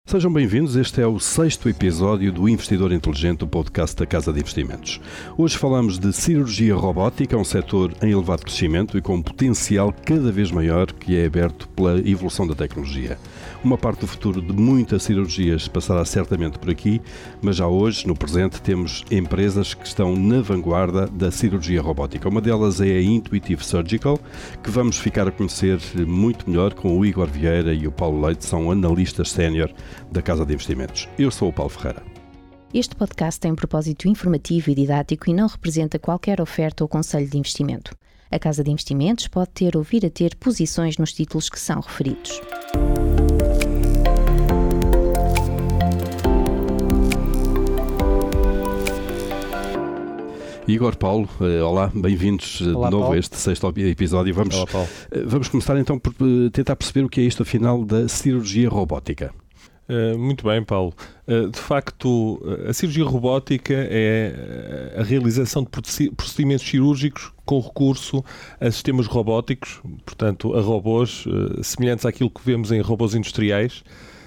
Sejam bem-vindos, este é o 6º episódio do Investidor Inteligente, do podcast da Casa de Investimentos. Hoje falamos de cirurgia robótica, um setor em elevado crescimento e com um potencial cada vez maior que é aberto pela evolução da tecnologia. Uma parte do futuro de muitas cirurgias passará certamente por aqui, mas já hoje, no presente, temos empresas que estão na vanguarda da cirurgia robótica. Uma delas é a Intuitive Surgical, que vamos ficar a conhecer muito melhor com o Igor Vieira e o Paulo Leite, são analistas sénior da Casa de Investimentos. Eu sou o Paulo Ferreira. Este podcast tem um propósito informativo e didático e não representa qualquer oferta ou conselho de investimento. A Casa de Investimentos pode ter ou vir a ter posições nos títulos que são referidos. Igor, Paulo, olá, bem-vindos de novo Paulo. A este 6º episódio. Vamos começar então por tentar perceber o que é isto, afinal, da cirurgia robótica. Muito bem, Paulo. De facto, a cirurgia robótica é a realização de procedimentos cirúrgicos com recurso a sistemas robóticos, portanto, a robôs semelhantes àquilo que vemos em robôs industriais.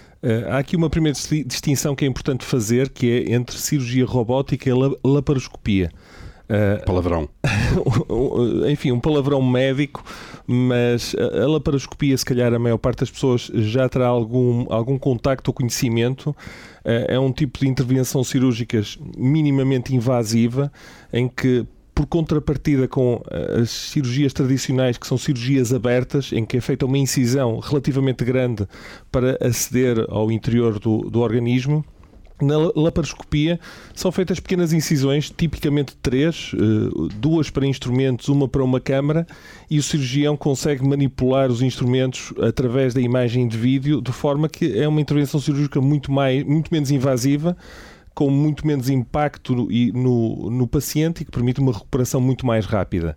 Há aqui uma primeira distinção que é importante fazer, que é entre cirurgia robótica e laparoscopia. Palavrão. Enfim, um palavrão médico, mas a laparoscopia, se calhar a maior parte das pessoas já terá algum contacto ou conhecimento. É um tipo de intervenção cirúrgica minimamente invasiva, em que, por contrapartida com as cirurgias tradicionais, que são cirurgias abertas, em que é feita uma incisão relativamente grande para aceder ao interior do organismo, na laparoscopia são feitas pequenas incisões, tipicamente 3, 2 para instrumentos, 1 para uma câmara, e o cirurgião consegue manipular os instrumentos através da imagem de vídeo, de forma que é uma intervenção cirúrgica muito menos invasiva, com muito menos impacto no paciente e que permite uma recuperação muito mais rápida.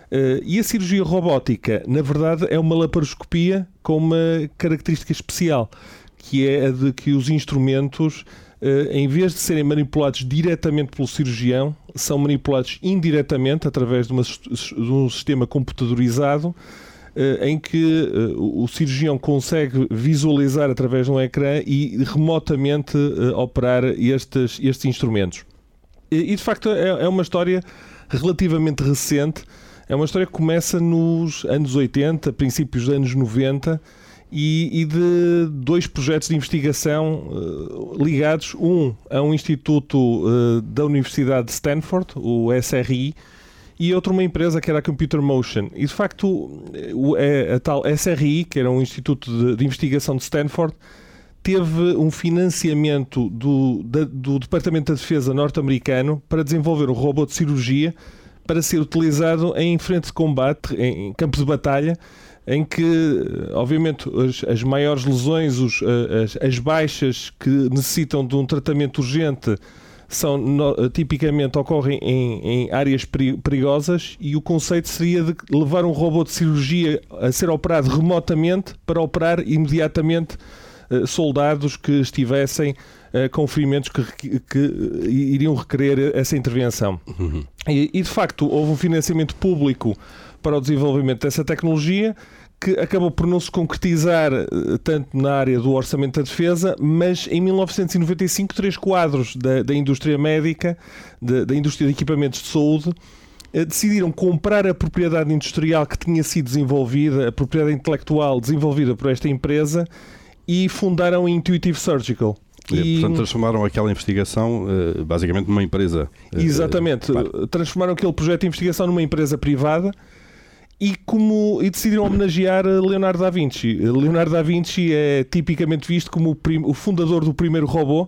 E a cirurgia robótica, na verdade, é uma laparoscopia com uma característica especial, que é a de que os instrumentos, em vez de serem manipulados diretamente pelo cirurgião, são manipulados indiretamente através de um sistema computadorizado, em que o cirurgião consegue visualizar através de um ecrã e remotamente operar estes instrumentos. E de facto é uma história relativamente recente, é uma história que começa nos anos 80, princípios dos anos 90, e de 2 projetos de investigação ligados, um a um instituto da Universidade de Stanford, o SRI, e outro uma empresa que era a Computer Motion. E de facto a tal SRI, que era um instituto de investigação de Stanford, teve um financiamento do Departamento da Defesa norte-americano para desenvolver um robô de cirurgia para ser utilizado em frente de combate, em campos de batalha, em que, obviamente, as maiores lesões, as baixas que necessitam de um tratamento urgente tipicamente ocorrem em áreas perigosas, e o conceito seria de levar um robô de cirurgia a ser operado remotamente para operar imediatamente soldados que estivessem com ferimentos que iriam requerer essa intervenção. Uhum. E, de facto, houve um financiamento público para o desenvolvimento dessa tecnologia, que acabou por não se concretizar tanto na área do orçamento da defesa, mas em 1995 3 quadros da indústria médica, da indústria de equipamentos de saúde, decidiram comprar a propriedade industrial que tinha sido desenvolvida, a propriedade intelectual desenvolvida por esta empresa, e fundaram a Intuitive Surgical. Portanto, transformaram aquela investigação basicamente numa empresa. Exatamente. Transformaram aquele projeto de investigação numa empresa privada e decidiram homenagear Leonardo da Vinci. Leonardo da Vinci é tipicamente visto como o fundador do primeiro robô.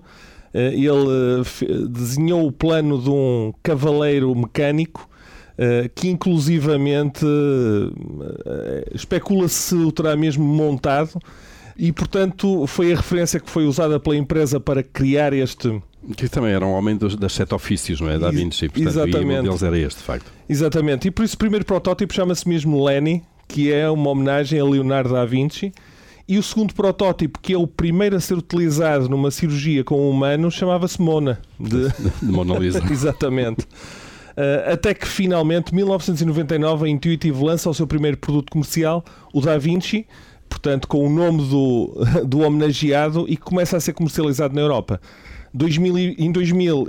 Ele desenhou o plano de um cavaleiro mecânico que inclusivamente especula-se se o terá mesmo montado. E, portanto, foi a referência que foi usada pela empresa para criar este... Que também era um homem das 7 ofícios, não é? Da Vinci, portanto, exatamente. E um deles era este, de facto. Exatamente, e por isso o primeiro protótipo chama-se mesmo Lenny, que é uma homenagem a Leonardo da Vinci, e o segundo protótipo, que é o primeiro a ser utilizado numa cirurgia com um humano, chamava-se Mona. De Mona Lisa. Exatamente. Até que, finalmente, em 1999, a Intuitive lança o seu primeiro produto comercial, o Da Vinci, portanto com o nome do homenageado, e que começa a ser comercializado na Europa. Em 2000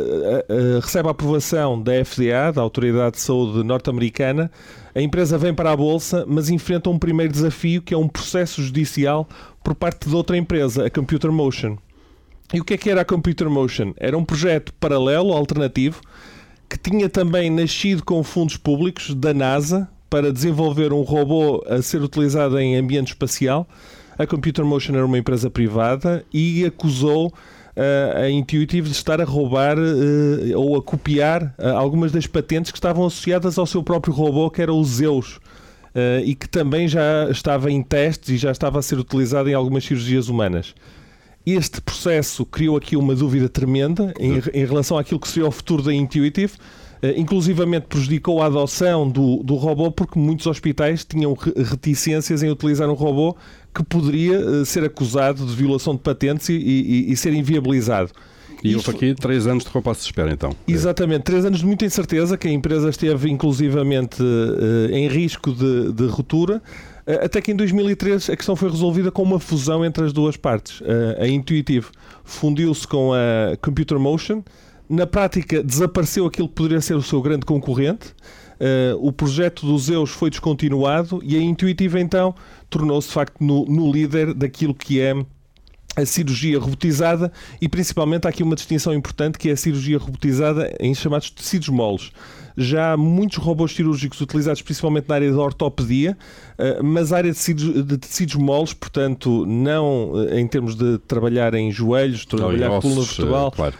ele recebe a aprovação da FDA, da Autoridade de Saúde norte-americana. A empresa vem para a Bolsa, mas enfrenta um primeiro desafio, que é um processo judicial por parte de outra empresa, a Computer Motion. E o que era a Computer Motion? Era um projeto paralelo, alternativo, que tinha também nascido com fundos públicos da NASA para desenvolver um robô a ser utilizado em ambiente espacial. A Computer Motion era uma empresa privada e acusou a Intuitive de estar a roubar ou a copiar algumas das patentes que estavam associadas ao seu próprio robô, que era o Zeus, e que também já estava em testes e já estava a ser utilizado em algumas cirurgias humanas. Este processo criou aqui uma dúvida tremenda em relação àquilo que seria o futuro da Intuitive. Inclusivamente prejudicou a adoção do robô, porque muitos hospitais tinham reticências em utilizar um robô que poderia ser acusado de violação de patentes e ser inviabilizado. E houve aqui 3 anos de compasso de espera, então. Exatamente, 3 anos de muita incerteza, que a empresa esteve inclusivamente em risco de ruptura, até que em 2003 a questão foi resolvida com uma fusão entre as duas partes. A Intuitive fundiu-se com a Computer Motion. Na prática, desapareceu aquilo que poderia ser o seu grande concorrente. O projeto do Zeus foi descontinuado e a Intuitive, então, tornou-se, de facto, no líder daquilo que é a cirurgia robotizada, e principalmente há aqui uma distinção importante, que é a cirurgia robotizada em chamados tecidos moles. Já há muitos robôs cirúrgicos utilizados principalmente na área da ortopedia, mas a área de tecidos moles, portanto, não em termos de trabalhar em joelhos, trabalhar com coluna vertebral, claro.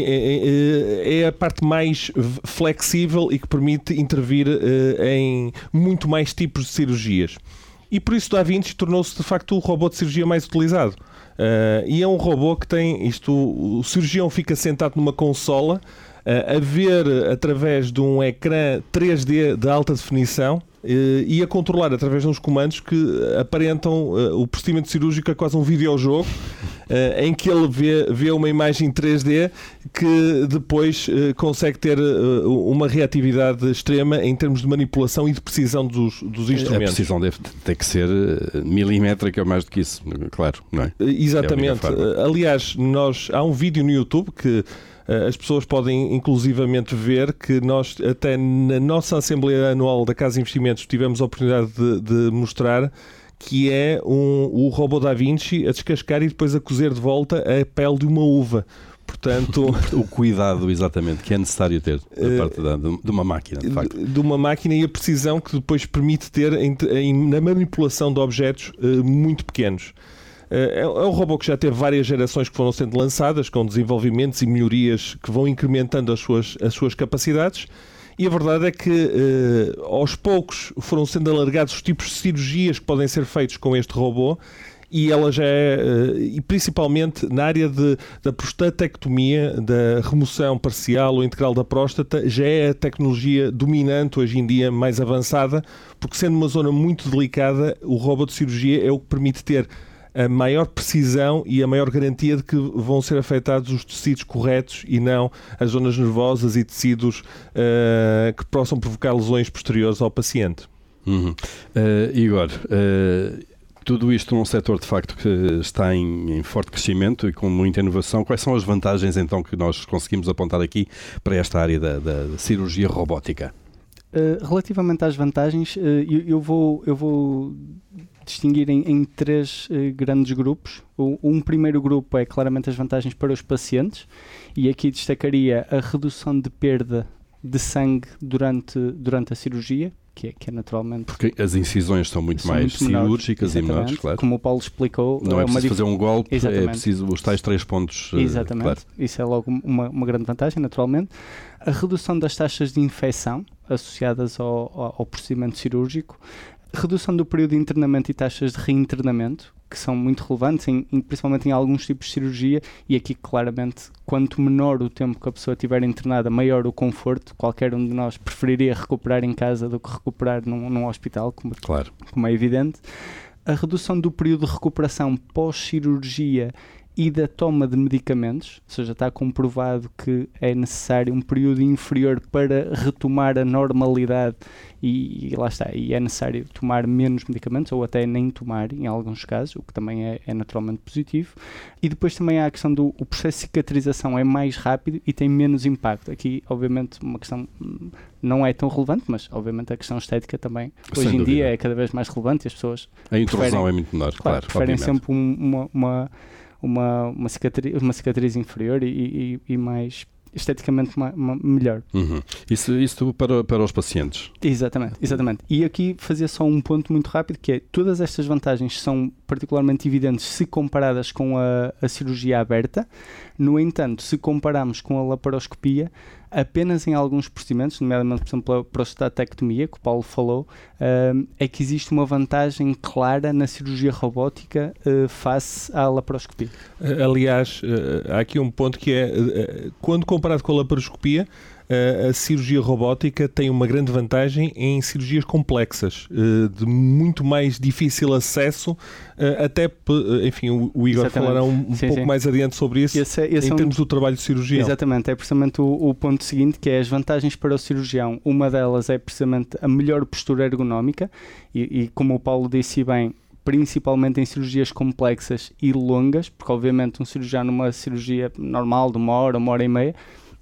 É a parte mais flexível e que permite intervir em muito mais tipos de cirurgias. E por isso o Da Vinci tornou-se de facto o robô de cirurgia mais utilizado. E é um robô que tem isto: o cirurgião fica sentado numa consola a ver através de um ecrã 3D de alta definição e a controlar através de uns comandos que aparentam o procedimento cirúrgico é quase um videojogo, em que ele vê uma imagem 3D que depois consegue ter uma reatividade extrema em termos de manipulação e de precisão dos instrumentos. A precisão deve ter que ser milimétrica, mais do que isso, claro, não é? Exatamente. Aliás, há um vídeo no YouTube que as pessoas podem inclusivamente ver, que nós até na nossa Assembleia Anual da Casa de Investimentos tivemos a oportunidade de mostrar, que é o robô Da Vinci a descascar e depois a cozer de volta a pele de uma uva. Portanto, o cuidado, exatamente, que é necessário ter da parte de uma máquina, de facto. De uma máquina, e a precisão que depois permite ter na manipulação de objetos muito pequenos. É um robô que já teve várias gerações que foram sendo lançadas, com desenvolvimentos e melhorias que vão incrementando as suas capacidades, e a verdade é que aos poucos foram sendo alargados os tipos de cirurgias que podem ser feitos com este robô, e ela já e principalmente na área da prostatectomia, da remoção parcial ou integral da próstata, já é a tecnologia dominante hoje em dia, mais avançada, porque sendo uma zona muito delicada, o robô de cirurgia é o que permite ter a maior precisão e a maior garantia de que vão ser afetados os tecidos corretos e não as zonas nervosas e tecidos que possam provocar lesões posteriores ao paciente. Igor, tudo isto num setor de facto que está em forte crescimento e com muita inovação. Quais são as vantagens então que nós conseguimos apontar aqui para esta área da cirurgia robótica? Relativamente às vantagens, eu vou distinguir em 3 grandes grupos. Um primeiro grupo é claramente as vantagens para os pacientes, e aqui destacaria a redução de perda de sangue durante a cirurgia, que é naturalmente... Porque as incisões são muito mais cirúrgicas e menores, claro. Como o Paulo explicou... Não é preciso fazer um golpe, exatamente. É preciso os tais 3 pontos. Exatamente, claro. Isso é logo uma grande vantagem, naturalmente. A redução das taxas de infecção associadas ao procedimento cirúrgico, redução do período de internamento e taxas de reinternamento, que são muito relevantes, principalmente em alguns tipos de cirurgia, e aqui claramente, quanto menor o tempo que a pessoa estiver internada, maior o conforto. Qualquer um de nós preferiria recuperar em casa do que recuperar num hospital, como é evidente. A redução do período de recuperação pós-cirurgia e da toma de medicamentos, ou seja, está comprovado que é necessário um período inferior para retomar a normalidade e lá está, e é necessário tomar menos medicamentos ou até nem tomar em alguns casos, o que também é naturalmente positivo. E depois também há a questão do o processo de cicatrização é mais rápido e tem menos impacto. Aqui, obviamente, uma questão não é tão relevante, mas obviamente a questão estética também hoje em dia é cada vez mais relevante e as pessoas a intrusão é muito menor, claro, preferem sempre uma cicatriz inferior e mais esteticamente melhor. Isso para os pacientes. Exatamente. E aqui fazia só um ponto muito rápido, que é todas estas vantagens são particularmente evidentes se comparadas com a cirurgia aberta. No entanto, se compararmos com a laparoscopia, apenas em alguns procedimentos, nomeadamente, por exemplo, a prostatectomia, que o Paulo falou, é que existe uma vantagem clara na cirurgia robótica face à laparoscopia. Aliás, há aqui um ponto que é, quando comparado com a laparoscopia, a cirurgia robótica tem uma grande vantagem em cirurgias complexas, de muito mais difícil acesso, até, enfim, o Igor falará um pouco mais adiante sobre isso, em termos do trabalho de cirurgião. Exatamente, é precisamente o ponto seguinte, que é as vantagens para o cirurgião. Uma delas é precisamente a melhor postura ergonómica e como o Paulo disse bem, principalmente em cirurgias complexas e longas, porque obviamente um cirurgião numa cirurgia normal de uma hora e meia,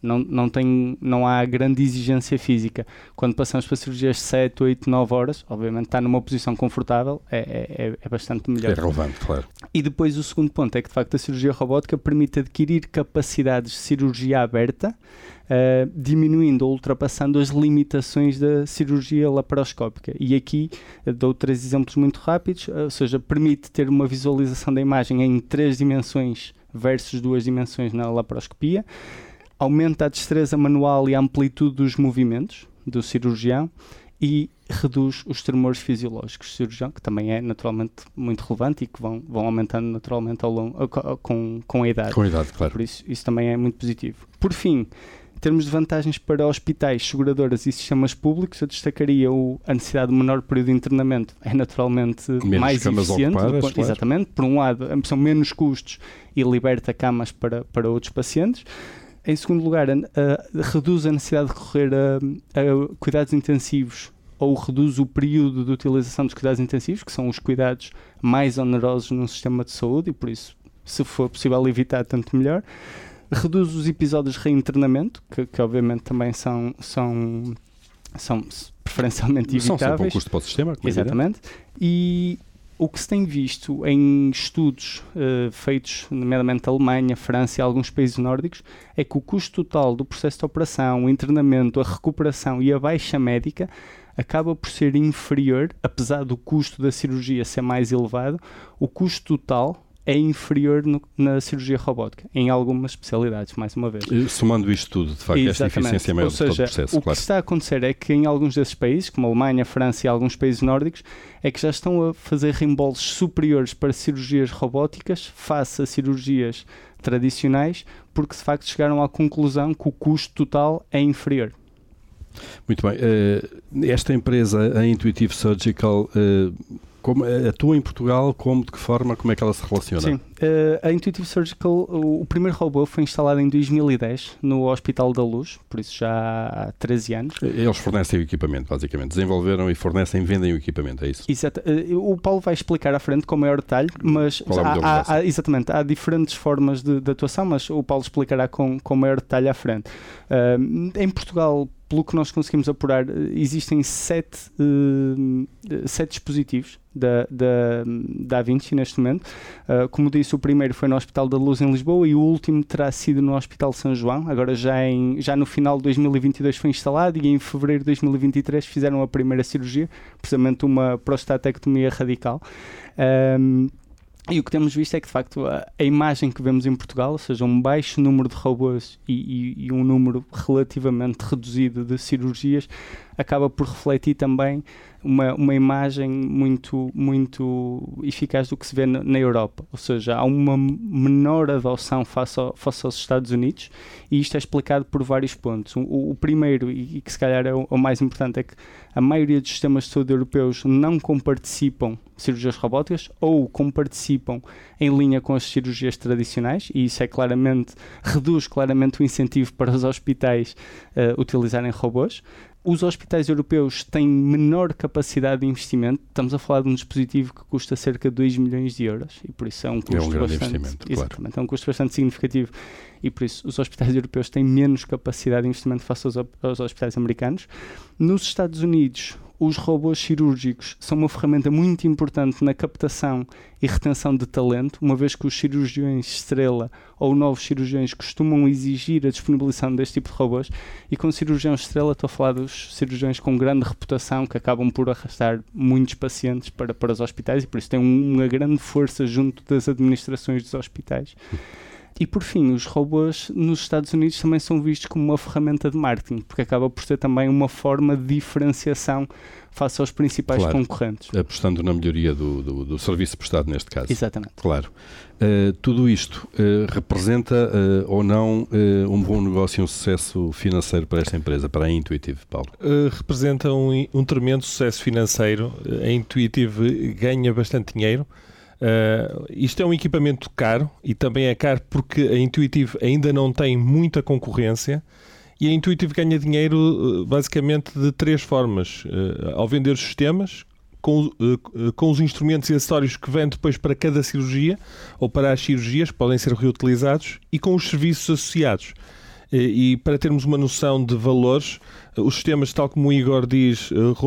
não há grande exigência física. Quando passamos para cirurgias de 7, 8, 9 horas, obviamente está numa posição confortável, é bastante melhor. É relevante, claro. E depois o segundo ponto é que de facto a cirurgia robótica permite adquirir capacidades de cirurgia aberta, diminuindo ou ultrapassando as limitações da cirurgia laparoscópica. E aqui dou 3 exemplos muito rápidos, ou seja, permite ter uma visualização da imagem em 3 dimensões versus 2 dimensões na laparoscopia, aumenta a destreza manual e a amplitude dos movimentos do cirurgião e reduz os tremores fisiológicos do cirurgião, que também é naturalmente muito relevante e que vão aumentando naturalmente ao longo, com a idade. Com a idade, claro. Por isso também é muito positivo. Por fim, em termos de vantagens para hospitais, seguradoras e sistemas públicos, eu destacaria a necessidade de menor período de internamento. É naturalmente menos mais eficiente. Ocupadas, claro. Exatamente. Por um lado, são menos custos e liberta camas para outros pacientes. Em segundo lugar, reduz a necessidade de recorrer a cuidados intensivos ou reduz o período de utilização dos cuidados intensivos, que são os cuidados mais onerosos num sistema de saúde e por isso, se for possível evitar, tanto melhor. Reduz os episódios de reinternamento, que obviamente também são preferencialmente evitáveis. São sempre um custo para o sistema. Exatamente. E o que se tem visto em estudos feitos, nomeadamente na Alemanha, França e alguns países nórdicos, é que o custo total do processo de operação, o internamento, a recuperação e a baixa médica acaba por ser inferior, apesar do custo da cirurgia ser mais elevado, o custo total é inferior na cirurgia robótica, em algumas especialidades, mais uma vez. E, somando isto tudo, de facto, esta eficiência é maior de todo o processo. O que está a acontecer é que em alguns desses países, como a Alemanha, França e alguns países nórdicos, é que já estão a fazer reembolsos superiores para cirurgias robóticas face a cirurgias tradicionais, porque de facto chegaram à conclusão que o custo total é inferior. Muito bem. Esta empresa, a Intuitive Surgical, como atua em Portugal, de que forma, como é que ela se relaciona? Sim, a Intuitive Surgical, o primeiro robô foi instalado em 2010 no Hospital da Luz, por isso já há 13 anos. Eles fornecem o equipamento, basicamente. Desenvolveram e vendem o equipamento, é isso? Exato. O Paulo vai explicar à frente com maior detalhe, mas exatamente, há diferentes formas de atuação, mas o Paulo explicará com maior detalhe à frente. Em Portugal, pelo que nós conseguimos apurar, existem 7 dispositivos da Da Vinci neste momento. Como disse, o primeiro foi no Hospital da Luz em Lisboa e o último terá sido no Hospital São João. Agora já no final de 2022 foi instalado e em fevereiro de 2023 fizeram a primeira cirurgia, precisamente uma prostatectomia radical. E o que temos visto é que, de facto, a imagem que vemos em Portugal, ou seja, um baixo número de robôs e um número relativamente reduzido de cirurgias, acaba por refletir também uma imagem muito eficaz do que se vê na Europa, ou seja, há uma menor adoção face aos Estados Unidos, e isto é explicado por vários pontos. O primeiro, e que se calhar é o mais importante, é que a maioria dos sistemas de saúde europeus não comparticipam de cirurgias robóticas ou comparticipam em linha com as cirurgias tradicionais, e isso reduz claramente o incentivo para os hospitais utilizarem robôs. Os hospitais europeus têm menor capacidade de investimento. Estamos a falar de um dispositivo que custa cerca de 2 milhões de euros, e por isso é um custo grande investimento, exatamente, é um custo bastante significativo, e por isso os hospitais europeus têm menos capacidade de investimento face aos hospitais americanos. Nos Estados Unidos, os robôs cirúrgicos são uma ferramenta muito importante na captação e retenção de talento, uma vez que os cirurgiões estrela ou novos cirurgiões costumam exigir a disponibilização deste tipo de robôs, e com cirurgião estrela estou a falar dos cirurgiões com grande reputação que acabam por arrastar muitos pacientes para os hospitais, e por isso têm uma grande força junto das administrações dos hospitais. E por fim, os robôs nos Estados Unidos também são vistos como uma ferramenta de marketing, porque acaba por ser também uma forma de diferenciação face aos principais concorrentes. Apostando na melhoria do serviço prestado neste caso. Exatamente. Claro. Tudo isto representa ou não um bom negócio e um sucesso financeiro para esta empresa, para a Intuitive, Paulo? Representa um tremendo sucesso financeiro. A Intuitive ganha bastante dinheiro. Isto é um equipamento caro, e também é caro porque a Intuitive ainda não tem muita concorrência, e a Intuitive ganha dinheiro basicamente de 3 formas: ao vender os sistemas, com os instrumentos e acessórios que vêm depois para cada cirurgia ou para as cirurgias, que podem ser reutilizados, e com os serviços associados. E para termos uma noção de valores, os sistemas, tal como o Igor diz,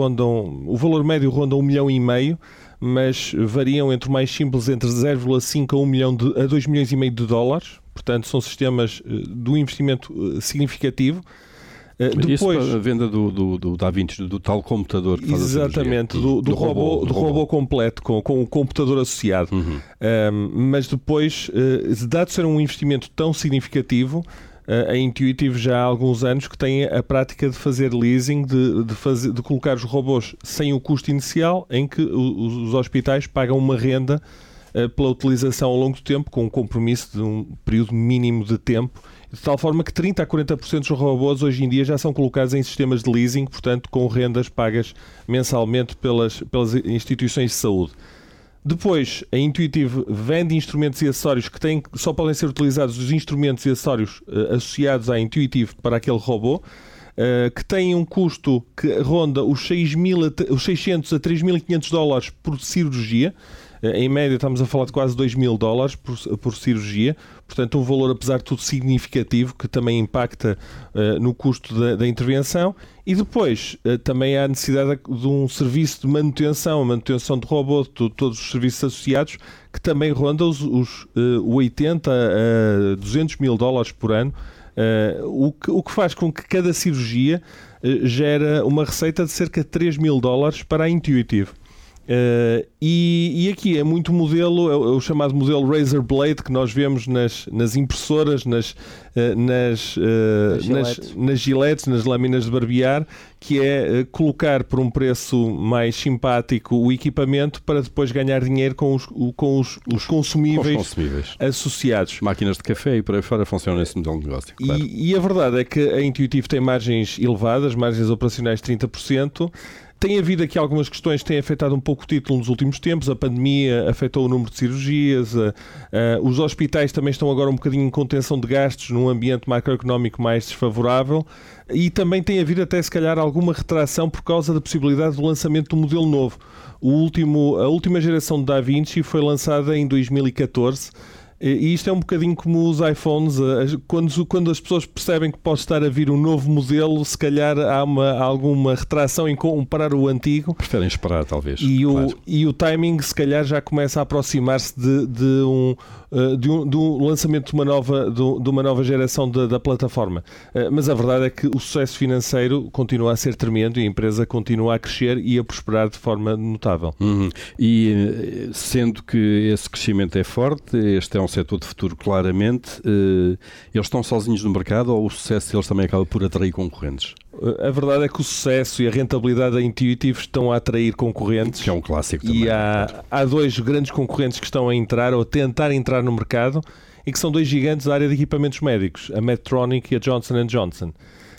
o valor médio ronda 1,5 milhão, mas variam entre o mais simples entre 0,5 a 1 milhão a 2 milhões e meio de dólares. Portanto, são sistemas de um investimento significativo. Depois, isso para a venda do Da Vinci, do tal computador que faz exatamente, do robô completo, com o computador associado. Mas depois, dado ser um investimento tão significativo, a Intuitive já há alguns anos que tem a prática de fazer leasing, de colocar os robôs sem o custo inicial, em que os hospitais pagam uma renda pela utilização ao longo do tempo, com um compromisso de um período mínimo de tempo, de tal forma que 30% a 40% dos robôs hoje em dia já são colocados em sistemas de leasing, portanto com rendas pagas mensalmente pelas instituições de saúde. Depois, a Intuitive vende instrumentos e acessórios que só podem ser utilizados os instrumentos e acessórios associados à Intuitive para aquele robô, que tem um custo que ronda os 600 a 3.500 dólares por cirurgia. Em média estamos a falar de quase 2.000 dólares por cirurgia, portanto um valor apesar de tudo significativo, que também impacta no custo da intervenção. E depois também há a necessidade de um serviço de manutenção, a manutenção de robô, todos os serviços associados, que também ronda os 80 a 200 mil dólares por ano, o que faz com que cada cirurgia gera uma receita de cerca de 3 mil dólares para a Intuitive. E aqui é muito modelo, é o chamado modelo Razor Blade, que nós vemos nas impressoras, nas giletes, nas lâminas de barbear, que é colocar por um preço mais simpático o equipamento para depois ganhar dinheiro com os consumíveis associados. Máquinas de café e por aí fora funcionam nesse modelo de negócio. Claro. E a verdade é que a Intuitive tem margens elevadas, margens operacionais de 30%. Tem havido aqui algumas questões que têm afetado um pouco o título nos últimos tempos. A pandemia afetou o número de cirurgias, os hospitais também estão agora um bocadinho em contenção de gastos num ambiente macroeconómico mais desfavorável, e também tem havido até se calhar alguma retração por causa da possibilidade do lançamento do modelo novo. A última geração de Da Vinci foi lançada em 2014, e isto é um bocadinho como os iPhones, quando as pessoas percebem que pode estar a vir um novo modelo, se calhar há alguma retração em comparar o antigo. Preferem esperar, talvez. E o timing, se calhar, já começa a aproximar-se de um lançamento de uma nova geração da plataforma. Mas a verdade é que o sucesso financeiro continua a ser tremendo e a empresa continua a crescer e a prosperar de forma notável. E sendo que esse crescimento é forte, este é um setor de futuro claramente, eles estão sozinhos no mercado ou o sucesso deles também acaba por atrair concorrentes? A verdade é que o sucesso e a rentabilidade da Intuitive estão a atrair concorrentes. Que é um clássico também. E há dois grandes concorrentes que estão a entrar ou a tentar entrar no mercado e que são dois gigantes da área de equipamentos médicos, a Medtronic e a Johnson & Johnson.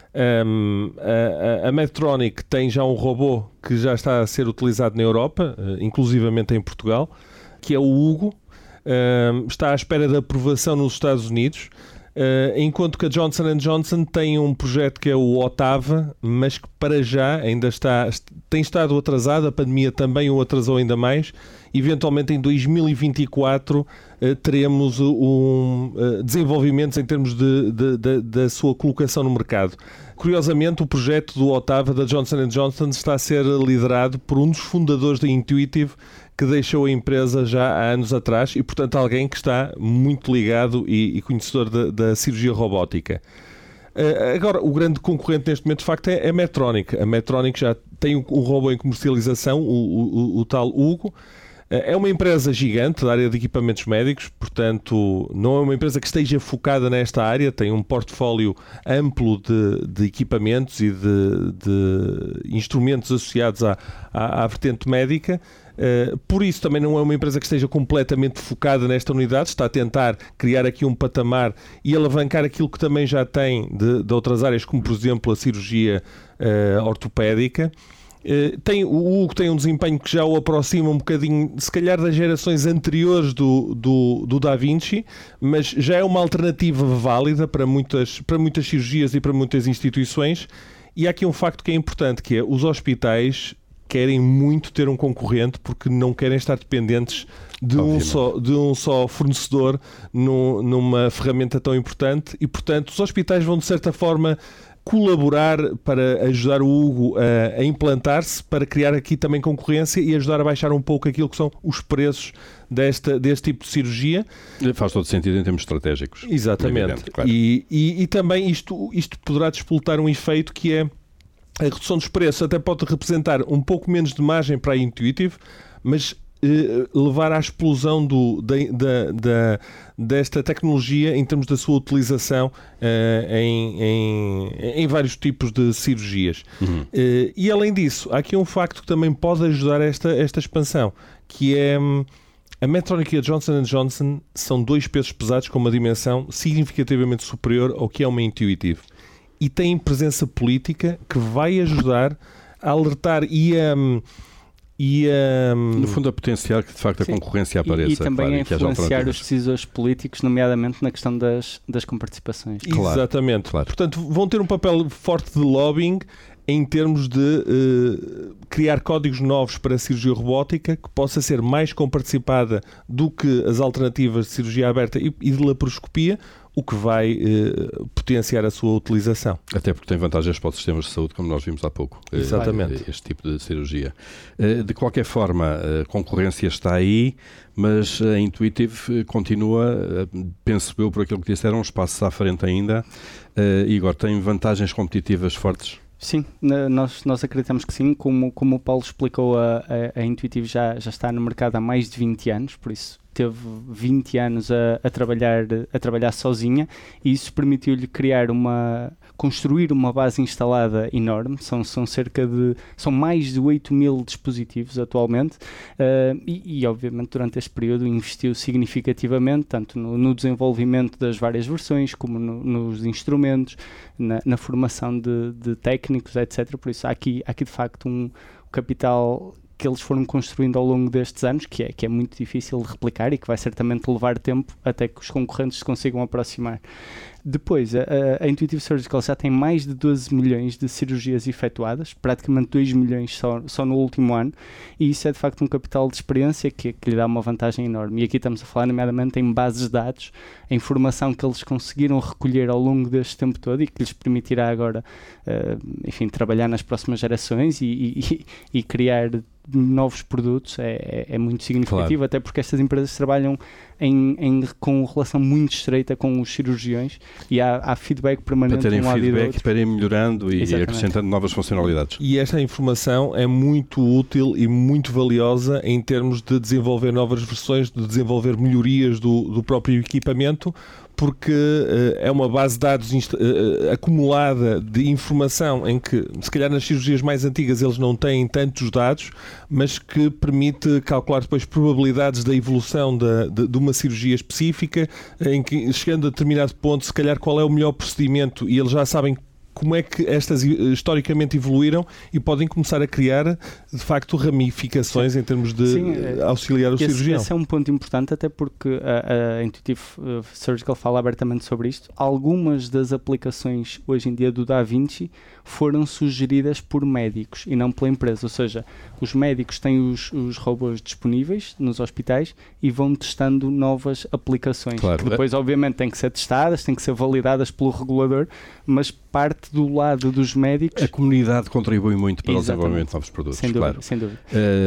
A Medtronic tem já um robô que já está a ser utilizado na Europa, inclusivamente em Portugal, que é o Hugo. Está à espera de aprovação nos Estados Unidos. Enquanto que a Johnson & Johnson tem um projeto que é o Otava, mas que para já ainda tem estado atrasado, a pandemia também o atrasou ainda mais. Eventualmente em 2024 teremos desenvolvimentos em termos da sua colocação no mercado. Curiosamente, o projeto do Otava da Johnson & Johnson está a ser liderado por um dos fundadores da Intuitive, que deixou a empresa já há anos atrás e, portanto, alguém que está muito ligado e conhecedor da cirurgia robótica. Agora, o grande concorrente neste momento, de facto, é a Medtronic. A Medtronic já tem um robô em comercialização, o tal Hugo. É uma empresa gigante da área de equipamentos médicos, portanto, não é uma empresa que esteja focada nesta área, tem um portfólio amplo de equipamentos e de instrumentos associados à vertente médica. Por isso também não é uma empresa que esteja completamente focada nesta unidade, está a tentar criar aqui um patamar e alavancar aquilo que também já tem de outras áreas, como por exemplo a cirurgia ortopédica. O Hugo tem um desempenho que já o aproxima um bocadinho, se calhar, das gerações anteriores do Da Vinci, mas já é uma alternativa válida para muitas cirurgias e para muitas instituições. E há aqui um facto que é importante, que é os hospitais querem muito ter um concorrente porque não querem estar dependentes de um só fornecedor numa ferramenta tão importante e, portanto, os hospitais vão, de certa forma, colaborar para ajudar o Hugo a implantar-se, para criar aqui também concorrência e ajudar a baixar um pouco aquilo que são os preços deste tipo de cirurgia. Faz todo sentido em termos estratégicos. Exatamente. Evidente, claro. E também isto poderá despoltar um efeito que é a redução dos preços. Até pode representar um pouco menos de margem para a Intuitive, mas levar à explosão desta tecnologia em termos da sua utilização em vários tipos de cirurgias. E além disso, há aqui um facto que também pode ajudar esta expansão, que é a Medtronic e a Johnson & Johnson são dois pesos pesados com uma dimensão significativamente superior ao que é uma Intuitive. E têm presença política que vai ajudar a alertar no fundo, a potenciar que de facto a concorrência apareça. E também claro, a influenciar os decisores políticos, nomeadamente na questão das comparticipações. Claro, exatamente. Claro. Portanto, vão ter um papel forte de lobbying em termos de criar códigos novos para a cirurgia robótica que possa ser mais comparticipada do que as alternativas de cirurgia aberta e de laparoscopia, o que vai potenciar a sua utilização. Até porque tem vantagens para os sistemas de saúde, como nós vimos há pouco. Exatamente. Este tipo de cirurgia. De qualquer forma, a concorrência está aí, mas a Intuitive continua, penso eu, por aquilo que disseram, uns passos à frente ainda. Igor, tem vantagens competitivas fortes? Sim, nós acreditamos que sim. Como o Paulo explicou, a Intuitive já está no mercado há mais de 20 anos, por isso teve 20 anos a trabalhar sozinha, e isso permitiu-lhe construir uma base instalada enorme. São mais de 8.000 dispositivos atualmente, e obviamente durante este período investiu significativamente tanto no desenvolvimento das várias versões como nos instrumentos, na formação de técnicos, etc. Por isso há aqui de facto um capital que eles foram construindo ao longo destes anos, que é muito difícil de replicar e que vai certamente levar tempo até que os concorrentes se consigam aproximar. Depois, a Intuitive Surgical já tem mais de 12 milhões de cirurgias efetuadas, praticamente 2 milhões só no último ano, e isso é de facto um capital de experiência que lhe dá uma vantagem enorme. E aqui estamos a falar nomeadamente em bases de dados, a informação que eles conseguiram recolher ao longo deste tempo todo e que lhes permitirá agora, trabalhar nas próximas gerações e criar novos produtos é muito significativo, claro. Até porque estas empresas trabalham com relação muito estreita com os cirurgiões e há feedback permanente para terem de um lado feedback, e do outro. para ir melhorando e acrescentando novas funcionalidades. E esta informação é muito útil e muito valiosa em termos de desenvolver novas versões, de desenvolver melhorias do próprio equipamento, porque é uma base de dados acumulada de informação em que, se calhar nas cirurgias mais antigas eles não têm tantos dados, mas que permite calcular depois probabilidades da evolução de uma cirurgia específica, em que, chegando a determinado ponto, se calhar qual é o melhor procedimento, e eles já sabem como é que estas historicamente evoluíram e podem começar a criar, de facto, ramificações em termos de auxiliar o cirurgião. Esse é um ponto importante, até porque a Intuitive Surgical fala abertamente sobre isto. Algumas das aplicações hoje em dia do Da Vinci foram sugeridas por médicos e não pela empresa, ou seja, os médicos têm os robôs disponíveis nos hospitais e vão testando novas aplicações, claro, que depois obviamente têm que ser testadas, têm que ser validadas pelo regulador, mas parte do lado dos médicos. A comunidade contribui muito para o desenvolvimento de novos produtos. Sem dúvida, claro. sem dúvida.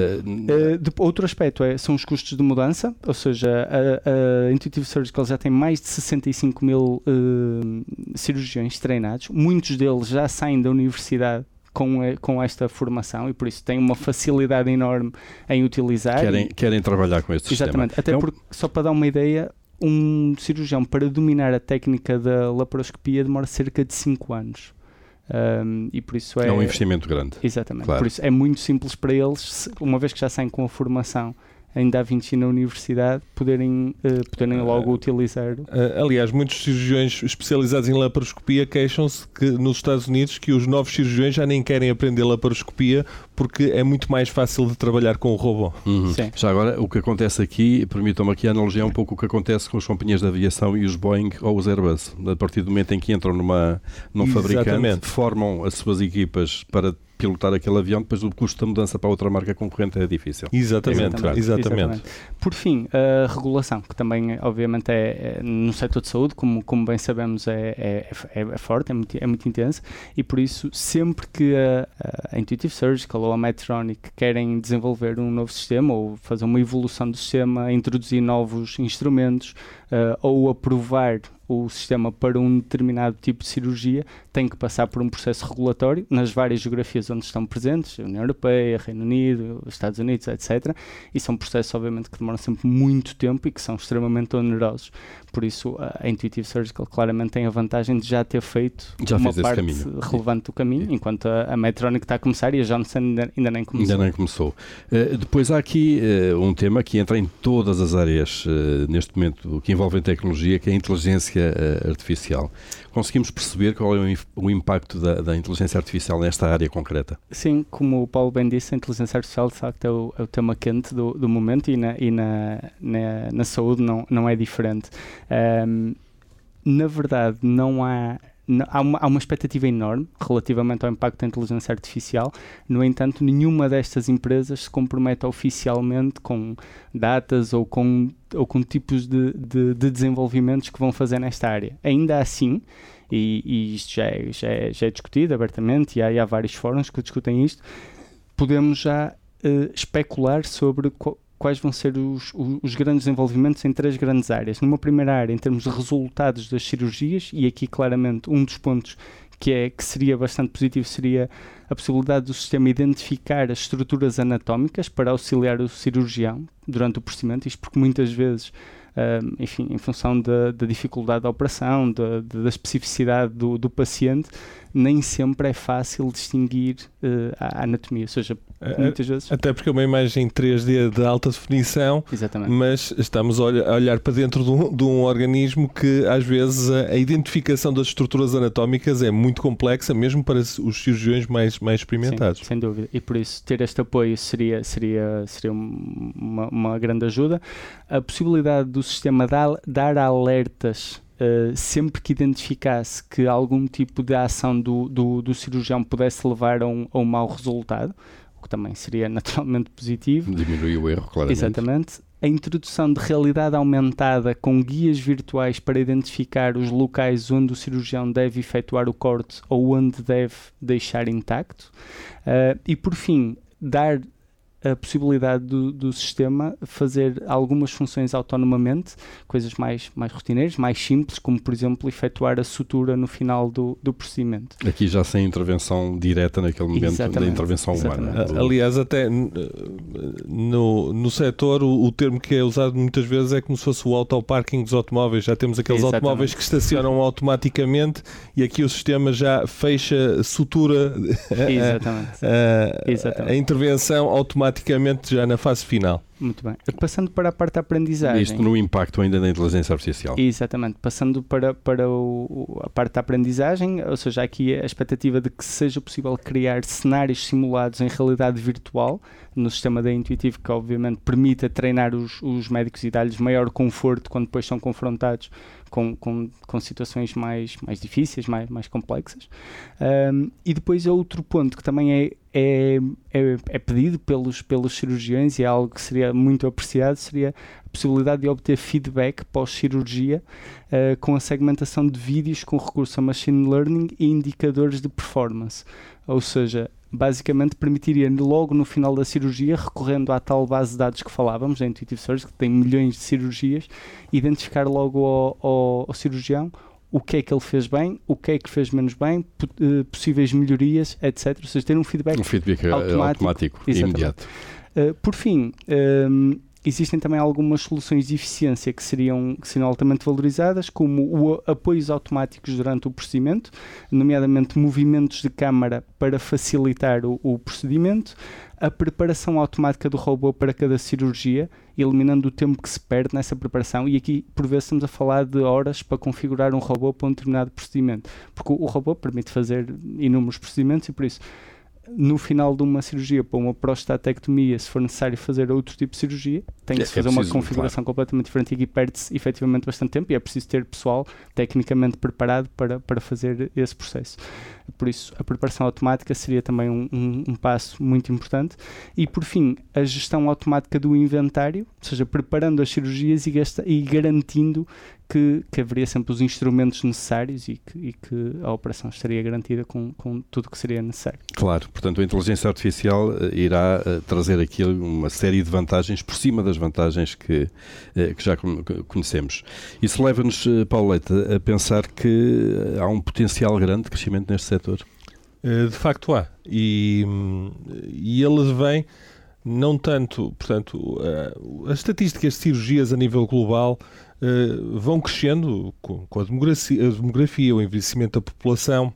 Outro aspecto são os custos de mudança, ou seja, a Intuitive Surgical já tem mais de 65 mil cirurgiões treinados, muitos deles já saem da universidade com esta formação e por isso têm uma facilidade enorme em utilizar. Querem trabalhar com este sistema. Exatamente, até porque, só para dar uma ideia, um cirurgião para dominar a técnica da laparoscopia demora cerca de 5 anos. E por isso é um investimento grande. Exatamente, claro. Por isso é muito simples para eles, uma vez que já saem com a formação em Da Vinci na universidade, poderem logo utilizar. Aliás, muitos cirurgiões especializados em laparoscopia queixam-se que nos Estados Unidos que os novos cirurgiões já nem querem aprender laparoscopia porque é muito mais fácil de trabalhar com o robô. Sim. Já agora, o que acontece aqui, permitam-me aqui a analogia, um pouco o que acontece com as companhias de aviação e os Boeing ou os Airbus. A partir do momento em que entram num fabricante, formam as suas equipas para pilotar aquele avião, depois o custo da mudança para outra marca concorrente é difícil. Exatamente. Por fim, a regulação, que também obviamente no setor de saúde, como bem sabemos, é forte, é muito intensa, e por isso sempre que a Intuitive Surgical ou a Medtronic querem desenvolver um novo sistema ou fazer uma evolução do sistema, introduzir novos instrumentos ou aprovar o sistema para um determinado tipo de cirurgia, tem que passar por um processo regulatório nas várias geografias onde estão presentes, União Europeia, Reino Unido, Estados Unidos, etc. E são processos, obviamente, que demoram sempre muito tempo e que são extremamente onerosos. Por isso, a Intuitive Surgical claramente tem a vantagem de já ter feito uma parte relevante do caminho, enquanto a Medtronic está a começar e a Johnson ainda nem começou. Ainda nem começou. Depois há aqui um tema que entra em todas as áreas neste momento que envolvem tecnologia, que é a inteligência artificial. Conseguimos perceber qual é o impacto da inteligência artificial nesta área concreta? Sim, como o Paulo bem disse, a inteligência artificial de facto é o tema quente do momento e na saúde não é diferente. Na verdade, há uma expectativa enorme relativamente ao impacto da inteligência artificial. No entanto, nenhuma destas empresas se compromete oficialmente com datas ou com tipos de desenvolvimentos que vão fazer nesta área. Ainda assim, e isto já é discutido abertamente e há vários fóruns que discutem isto, podemos já especular sobre quais vão ser os grandes desenvolvimentos em 3 grandes áreas. Numa primeira área, em termos de resultados das cirurgias, e aqui claramente um dos pontos que seria bastante positivo seria a possibilidade do sistema identificar as estruturas anatómicas para auxiliar o cirurgião durante o procedimento, isto porque muitas vezes, enfim, em função da dificuldade da operação, da especificidade do paciente, nem sempre é fácil distinguir a anatomia, ou seja, muitas vezes... Até porque é uma imagem 3D de alta definição, exatamente, mas estamos a olhar para dentro de um organismo que às vezes a identificação das estruturas anatómicas é muito complexa, mesmo para os cirurgiões mais experimentados. Sim, sem dúvida, e por isso ter este apoio seria uma grande ajuda. A possibilidade do sistema dar alertas sempre que identificasse que algum tipo de ação do cirurgião pudesse levar a um mau resultado, o que também seria naturalmente positivo. Diminui o erro, claramente. Exatamente. A introdução de realidade aumentada com guias virtuais para identificar os locais onde o cirurgião deve efetuar o corte ou onde deve deixar intacto. E por fim, dar a possibilidade do sistema fazer algumas funções autonomamente, coisas mais rotineiras, mais simples, como por exemplo efetuar a sutura no final do procedimento. Aqui já sem intervenção direta naquele momento da intervenção humana. Aliás, até no setor o termo que é usado muitas vezes é como se fosse o autoparking dos automóveis. Já temos aqueles automóveis que estacionam automaticamente e aqui o sistema já fecha, sutura a intervenção automaticamente já na fase final. Muito bem. Passando para a parte da aprendizagem. Isto no impacto ainda da inteligência artificial. Exatamente. Passando para a parte da aprendizagem, ou seja, aqui a expectativa de que seja possível criar cenários simulados em realidade virtual no sistema da Intuitive, que obviamente permita treinar os médicos e dar-lhes maior conforto quando depois são confrontados com situações mais difíceis, mais complexas. E depois outro ponto que também é pedido pelos cirurgiões e é algo que seria muito apreciado, seria a possibilidade de obter feedback pós-cirurgia com a segmentação de vídeos com recurso a machine learning e indicadores de performance. Ou seja, basicamente permitiria logo no final da cirurgia, recorrendo à tal base de dados que falávamos, da Intuitive Surgery, que tem milhões de cirurgias, identificar logo ao cirurgião o que é que ele fez bem, o que é que fez menos bem, possíveis melhorias, etc. Ou seja, ter um feedback automático imediato. Por fim, existem também algumas soluções de eficiência que seriam altamente valorizadas, como apoios automáticos durante o procedimento, nomeadamente movimentos de câmara para facilitar o procedimento, a preparação automática do robô para cada cirurgia, eliminando o tempo que se perde nessa preparação, e aqui por vezes estamos a falar de horas para configurar um robô para um determinado procedimento, porque o robô permite fazer inúmeros procedimentos e por isso no final de uma cirurgia para uma prostatectomia, se for necessário fazer outro tipo de cirurgia, tem que se fazer uma configuração completamente diferente e aqui perde-se efetivamente bastante tempo e é preciso ter pessoal tecnicamente preparado para fazer esse processo. Por isso, a preparação automática seria também um passo muito importante. E, por fim, a gestão automática do inventário, ou seja, preparando as cirurgias e garantindo que haveria sempre os instrumentos necessários e que a operação estaria garantida com tudo o que seria necessário. Claro, portanto a inteligência artificial irá trazer aqui uma série de vantagens por cima das vantagens que já conhecemos. Isso leva-nos, Paulo Leite, a pensar que há um potencial grande de crescimento neste setor. De facto há. E ele vem não tanto, portanto, as estatísticas de cirurgias a nível global vão crescendo com a demografia, o envelhecimento da população,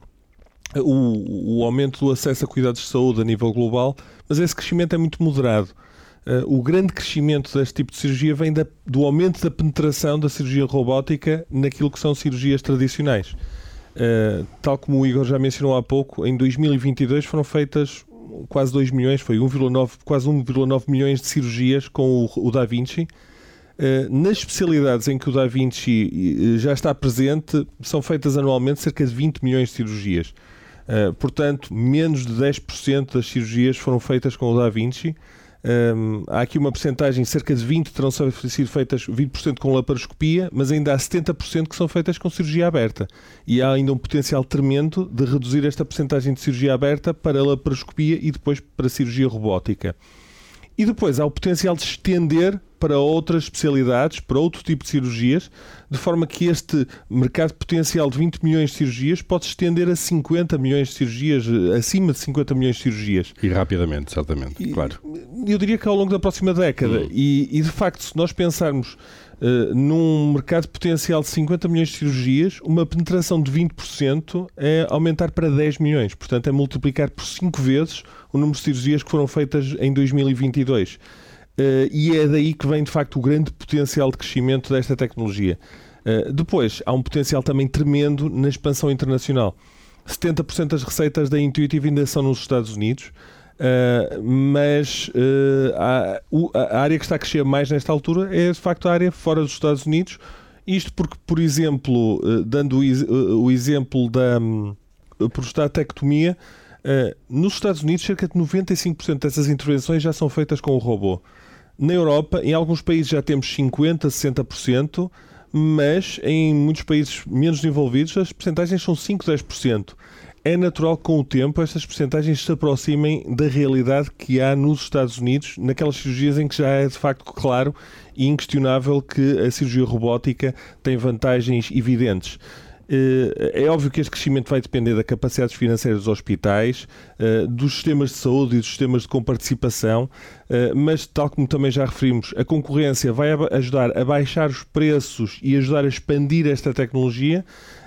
o aumento do acesso a cuidados de saúde a nível global, mas esse crescimento é muito moderado. O grande crescimento deste tipo de cirurgia vem do aumento da penetração da cirurgia robótica naquilo que são cirurgias tradicionais. Tal como o Igor já mencionou há pouco, em 2022 foram feitas quase 2 milhões, foi quase 1,9 milhões de cirurgias com o Da Vinci. Nas especialidades em que o Da Vinci já está presente, são feitas anualmente cerca de 20 milhões de cirurgias. Portanto, menos de 10% das cirurgias foram feitas com o Da Vinci. Há aqui uma percentagem, cerca de 20% terão sido feitas 20% com laparoscopia, mas ainda há 70% que são feitas com cirurgia aberta. E há ainda um potencial tremendo de reduzir esta percentagem de cirurgia aberta para laparoscopia e depois para cirurgia robótica. E depois há o potencial de estender para outras especialidades, para outro tipo de cirurgias, de forma que este mercado potencial de 20 milhões de cirurgias pode se estender a 50 milhões de cirurgias, acima de 50 milhões de cirurgias. E rapidamente, certamente, claro. Eu diria que ao longo da próxima década. E de facto, se nós pensarmos num mercado potencial de 50 milhões de cirurgias, uma penetração de 20% é aumentar para 10 milhões. Portanto, é multiplicar por 5 vezes o número de cirurgias que foram feitas em 2022. E é daí que vem, de facto, o grande potencial de crescimento desta tecnologia. Depois, há um potencial também tremendo na expansão internacional. 70% das receitas da Intuitive ainda são nos Estados Unidos, mas a área que está a crescer mais nesta altura é, de facto, a área fora dos Estados Unidos. Isto porque, por exemplo, dando o exemplo da prostatectomia, nos Estados Unidos, cerca de 95% dessas intervenções já são feitas com o robô. Na Europa, em alguns países já temos 50%, 60%, mas em muitos países menos desenvolvidos as percentagens são 5%, 10%. é natural que com o tempo estas percentagens se aproximem da realidade que há nos Estados Unidos, naquelas cirurgias em que já é de facto claro e inquestionável que a cirurgia robótica tem vantagens evidentes. É óbvio que este crescimento vai depender da capacidade financeira dos hospitais, dos sistemas de saúde e dos sistemas de comparticipação, mas, tal como também já referimos, a concorrência vai ajudar a baixar os preços e ajudar a expandir esta tecnologia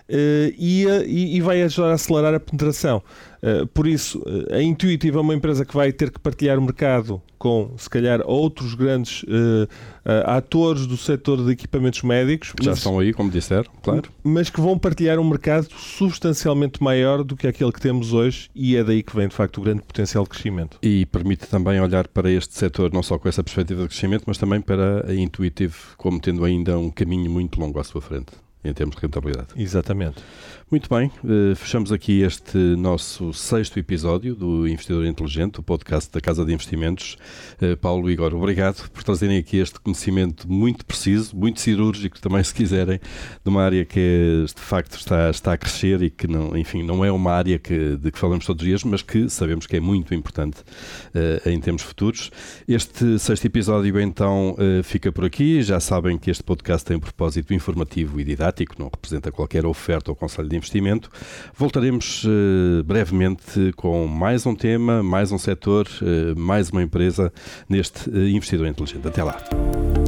e vai ajudar a acelerar a penetração. Por isso, a Intuitive é uma empresa que vai ter que partilhar o mercado com, se calhar, outros grandes atores do setor de equipamentos médicos. Que já estão aí, como disseram, claro. Mas que vão partilhar um mercado substancialmente maior do que aquele que temos hoje, e é daí que vem, de facto, o grande potencial de crescimento. E permite também olhar para este setor, não só com essa perspectiva de crescimento, mas também para a Intuitive como tendo ainda um caminho muito longo à sua frente, em termos de rentabilidade. Exatamente. Muito bem, fechamos aqui este nosso 6º episódio do Investidor Inteligente, o podcast da Casa de Investimentos. Paulo e Igor, obrigado por trazerem aqui este conhecimento muito preciso, muito cirúrgico também, se quiserem, de uma área que de facto está a crescer e que não é uma área de que falamos todos os dias, mas que sabemos que é muito importante em termos futuros. Este 6º episódio então fica por aqui. Já sabem que este podcast tem um propósito informativo e didático, não representa qualquer oferta ou conselho de investimento. Voltaremos brevemente com mais um tema, mais um setor, mais uma empresa neste Investidor Inteligente. Até lá.